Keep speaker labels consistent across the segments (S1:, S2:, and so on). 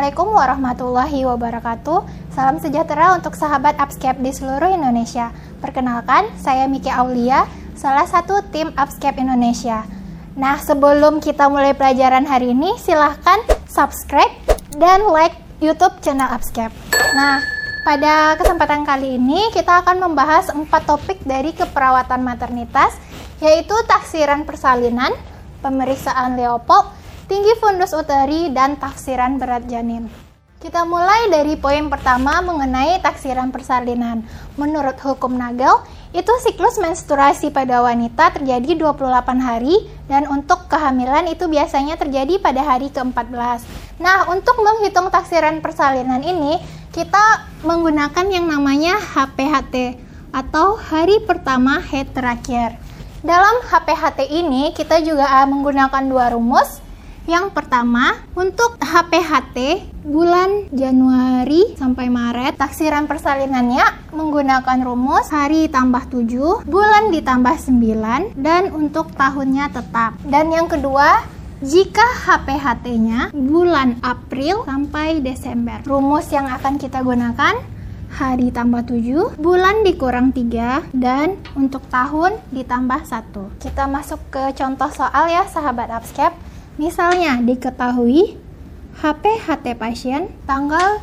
S1: Assalamualaikum warahmatullahi wabarakatuh. Salam sejahtera untuk sahabat Upscape di seluruh Indonesia. Perkenalkan, saya Miki Aulia, salah satu tim Upscape Indonesia. Nah, sebelum kita mulai pelajaran hari ini, silahkan subscribe dan like YouTube channel Upscape. Nah, pada kesempatan kali ini kita akan membahas 4 topik dari keperawatan maternitas, yaitu taksiran persalinan, pemeriksaan Leopold, tinggi fundus uteri, dan taksiran berat janin. Kita mulai dari poin pertama mengenai taksiran persalinan. Menurut hukum Nagel, itu siklus menstruasi pada wanita terjadi 28 hari dan untuk kehamilan itu biasanya terjadi pada hari ke-14. Nah, untuk menghitung taksiran persalinan ini, kita menggunakan yang namanya HPHT atau hari pertama haid terakhir. Dalam HPHT ini, kita juga menggunakan 2 rumus. Yang pertama, untuk HPHT bulan Januari sampai Maret, taksiran persalinannya menggunakan rumus hari tambah 7, bulan ditambah 9, dan untuk tahunnya tetap. Dan yang kedua, jika HPHT-nya bulan April sampai Desember, rumus yang akan kita gunakan hari tambah 7, bulan dikurang 3, dan untuk tahun ditambah 1. Kita masuk ke contoh soal ya sahabat Upscape. Misalnya diketahui HPHT pasien tanggal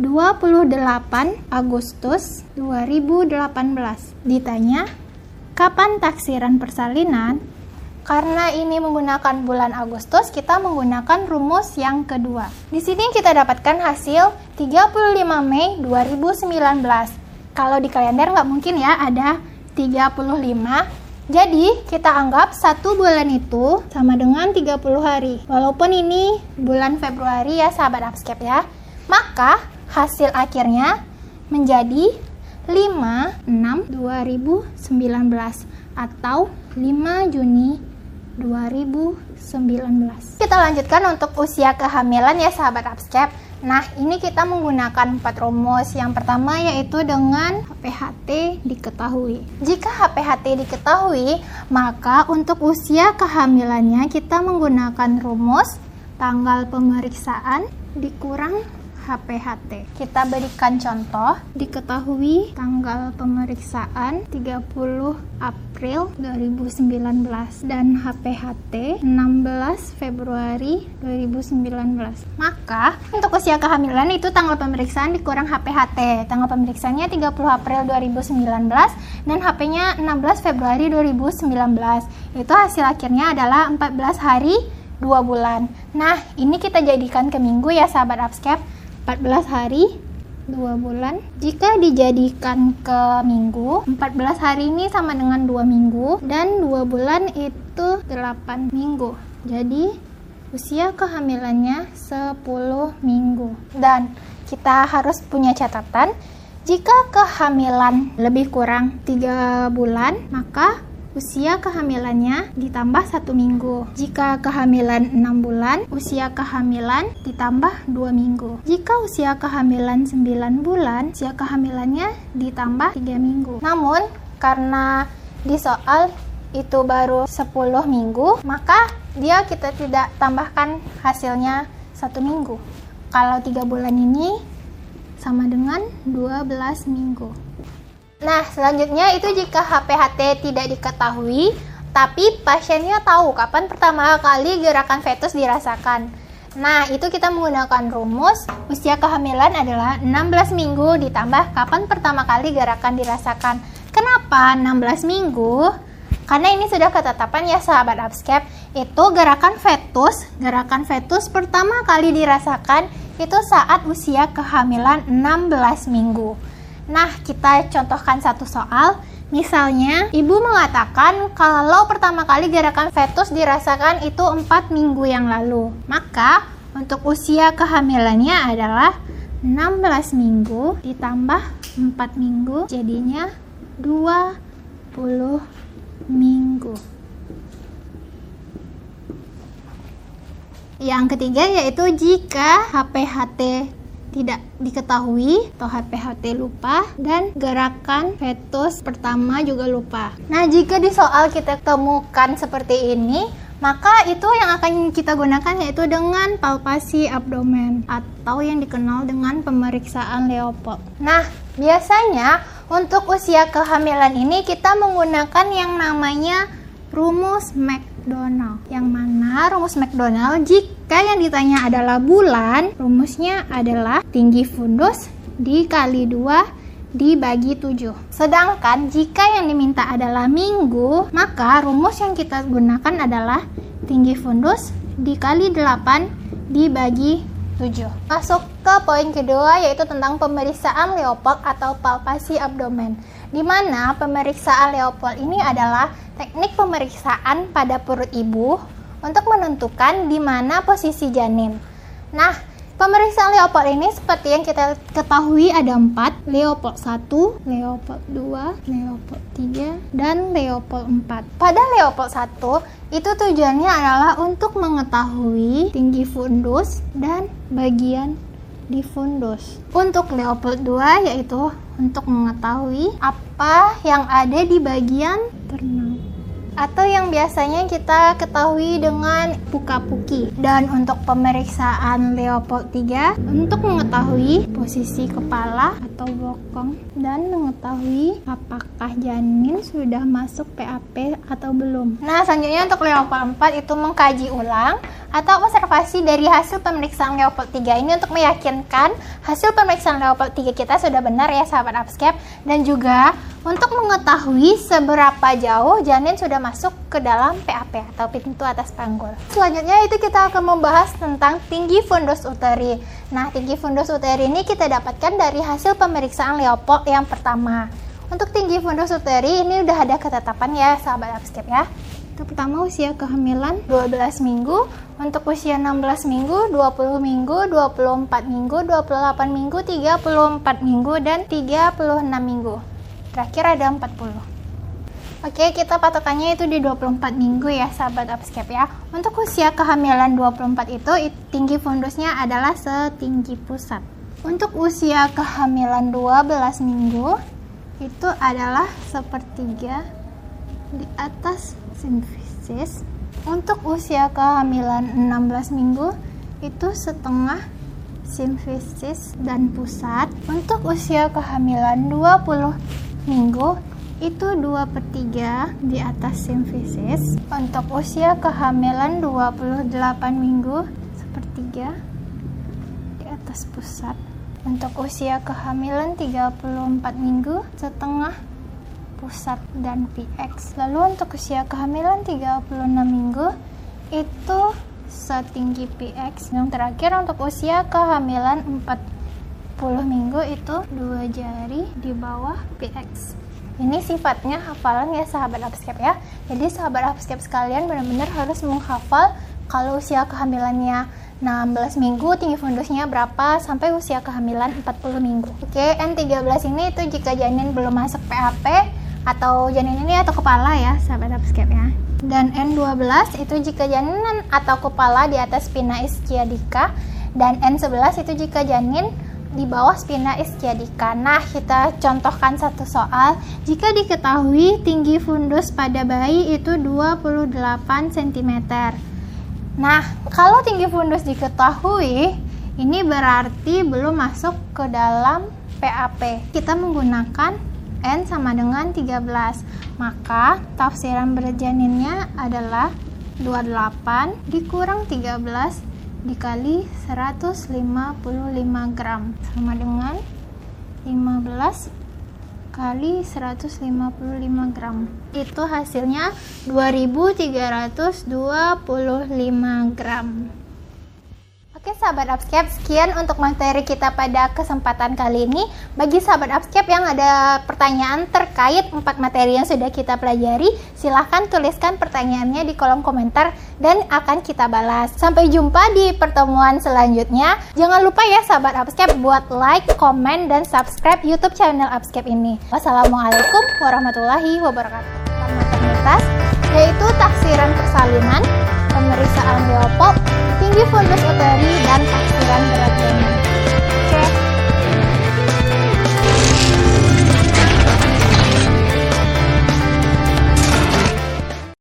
S1: 28 Agustus 2018. Ditanya, kapan taksiran persalinan? Karena ini menggunakan bulan Agustus, kita menggunakan rumus yang kedua. Di sini kita dapatkan hasil 35 Mei 2019. Kalau di kalender nggak mungkin ya ada 35. Jadi, kita anggap 1 bulan itu sama dengan 30 hari. Walaupun ini bulan Februari ya, sahabat Upscape ya. Maka, hasil akhirnya menjadi 5/6/2019 atau 5 Juni 2019. Kita lanjutkan untuk usia kehamilan ya, sahabat Upscape. Nah, ini kita menggunakan 4 rumus. Yang pertama yaitu dengan HPHT diketahui. Jika HPHT diketahui, maka untuk usia kehamilannya kita menggunakan rumus tanggal pemeriksaan dikurang HPHT. Kita berikan contoh, diketahui tanggal pemeriksaan 30 April 2019 dan HPHT 16 Februari 2019. Maka untuk usia kehamilan itu tanggal pemeriksaan dikurang HPHT. Tanggal pemeriksaannya 30 April 2019 dan HP-nya 16 Februari 2019. Itu hasil akhirnya adalah 14 hari 2 bulan. Nah, ini kita jadikan ke minggu ya sahabat Upscape. 14 hari 2 bulan. Jika dijadikan ke minggu, 14 hari ini sama dengan 2 minggu dan 2 bulan itu 8 minggu. Jadi usia kehamilannya 10 minggu. Dan kita harus punya catatan, jika kehamilan lebih kurang 3 bulan, maka usia kehamilannya ditambah 1 minggu. Jika kehamilan 6 bulan, usia kehamilan ditambah 2 minggu. Jika usia kehamilan 9 bulan, usia kehamilannya ditambah 3 minggu. Namun, karena di soal itu baru 10 minggu, maka kita tidak tambahkan hasilnya 1 minggu. Kalau 3 bulan ini sama dengan 12 minggu. Nah, selanjutnya itu jika HPHT tidak diketahui, tapi pasiennya tahu kapan pertama kali gerakan fetus dirasakan. Nah, itu kita menggunakan rumus usia kehamilan adalah 16 minggu ditambah kapan pertama kali gerakan dirasakan. Kenapa 16 minggu? Karena ini sudah ketetapan ya sahabat Upscape, itu gerakan fetus pertama kali dirasakan itu saat usia kehamilan 16 minggu. Nah, kita contohkan satu soal. Misalnya, ibu mengatakan kalau pertama kali gerakan fetus dirasakan itu 4 minggu yang lalu. Maka, untuk usia kehamilannya adalah 16 minggu ditambah 4 minggu, jadinya 20 minggu. Yang ketiga yaitu jika HPHT tidak diketahui atau HPHT lupa dan gerakan fetus pertama juga lupa. Nah, jika di soal kita temukan seperti ini, Maka itu yang akan kita gunakan yaitu dengan palpasi abdomen atau yang dikenal dengan pemeriksaan Leopold. Nah, biasanya untuk usia kehamilan ini kita menggunakan yang namanya rumus McDonald. Yang mana rumus McDonald jika yang ditanya adalah bulan, rumusnya adalah tinggi fundus dikali 2 dibagi 7. Sedangkan jika yang diminta adalah minggu, maka rumus yang kita gunakan adalah tinggi fundus dikali 8 dibagi 7. Masuk ke poin kedua yaitu tentang pemeriksaan Leopold atau palpasi abdomen. Di mana pemeriksaan Leopold ini adalah teknik pemeriksaan pada perut ibu untuk menentukan di mana posisi janin. Nah, pemeriksaan Leopold ini seperti yang kita ketahui ada 4, Leopold 1, Leopold 2, Leopold 3, dan Leopold 4. Pada Leopold 1, itu tujuannya adalah untuk mengetahui tinggi fundus dan bagian di fundus. Untuk Leopold 2 yaitu untuk mengetahui apa yang ada di bagian ternang, atau yang biasanya kita ketahui dengan puka-puki. Dan untuk pemeriksaan Leopold 3 untuk mengetahui posisi kepala atau bokong dan mengetahui apakah janin sudah masuk PAP atau belum. Nah, selanjutnya untuk Leopold 4 itu mengkaji ulang atau observasi dari hasil pemeriksaan Leopold 3 ini untuk meyakinkan hasil pemeriksaan Leopold 3 kita sudah benar ya sahabat Upscape, dan juga untuk mengetahui seberapa jauh janin sudah masuk ke dalam PAP atau pintu atas panggul. Selanjutnya itu kita akan membahas tentang tinggi fundus uteri. Nah, tinggi fundus uteri ini kita dapatkan dari hasil pemeriksaan Leopold yang pertama. Untuk tinggi fundus uteri ini udah ada ketetapan ya sahabat Upscape ya. Untuk pertama usia kehamilan 12 minggu, untuk usia 16 minggu, 20 minggu, 24 minggu, 28 minggu, 34 minggu, dan 36 minggu. Terakhir ada 40. Oke, kita patokannya itu di 24 minggu ya sahabat Upscape ya. Untuk usia kehamilan 24 itu tinggi fundusnya adalah setinggi pusat. Untuk usia kehamilan 12 minggu itu adalah sepertiga di atas simfisis. Untuk usia kehamilan 16 minggu itu setengah simfisis dan pusat. Untuk usia kehamilan 20 minggu itu 2/3 di atas simfisis. Untuk usia kehamilan 28 minggu sepertiga di atas pusat. Untuk usia kehamilan 34 minggu setengah pusat dan PX. Lalu untuk usia kehamilan 36 minggu itu setinggi PX. Yang terakhir untuk usia kehamilan 40 minggu itu 2 jari di bawah PX. Ini sifatnya hafalan ya sahabat Upscape ya. Jadi sahabat Upscape sekalian benar-benar harus menghafal kalau usia kehamilannya 16 minggu tinggi fundusnya berapa sampai usia kehamilan 40 minggu. Oke, N13 ini itu jika janin belum masuk PAP atau janin ini atau kepala ya sahabat Upscape ya. Dan N12 itu jika janin atau kepala di atas spina ischiadica, dan N11 itu jika janin di bawah spina ischiadica. Nah, kita contohkan satu soal. Jika diketahui tinggi fundus pada bayi itu 28 cm. Nah, kalau tinggi fundus diketahui, ini berarti belum masuk ke dalam PAP. Kita menggunakan N sama dengan 13. Maka tafsiran berat janinnya adalah 28 dikurang 13 dikali 155 gram sama dengan 15 kali 155 gram. Itu hasilnya 2325 gram. Oke sahabat Upscape, sekian untuk materi kita pada kesempatan kali ini. Bagi sahabat Upscape yang ada pertanyaan terkait 4 materi yang sudah kita pelajari, silahkan tuliskan pertanyaannya di kolom komentar dan akan kita balas. Sampai jumpa di pertemuan selanjutnya. Jangan lupa ya sahabat Upscape buat like, komen, dan subscribe YouTube channel Upscape ini. Wassalamualaikum warahmatullahi wabarakatuh. Maternitas, yaitu taksiran persalinan, pemeriksaan Leopold, tinggi fundus uteri, dan taksiran berat janin.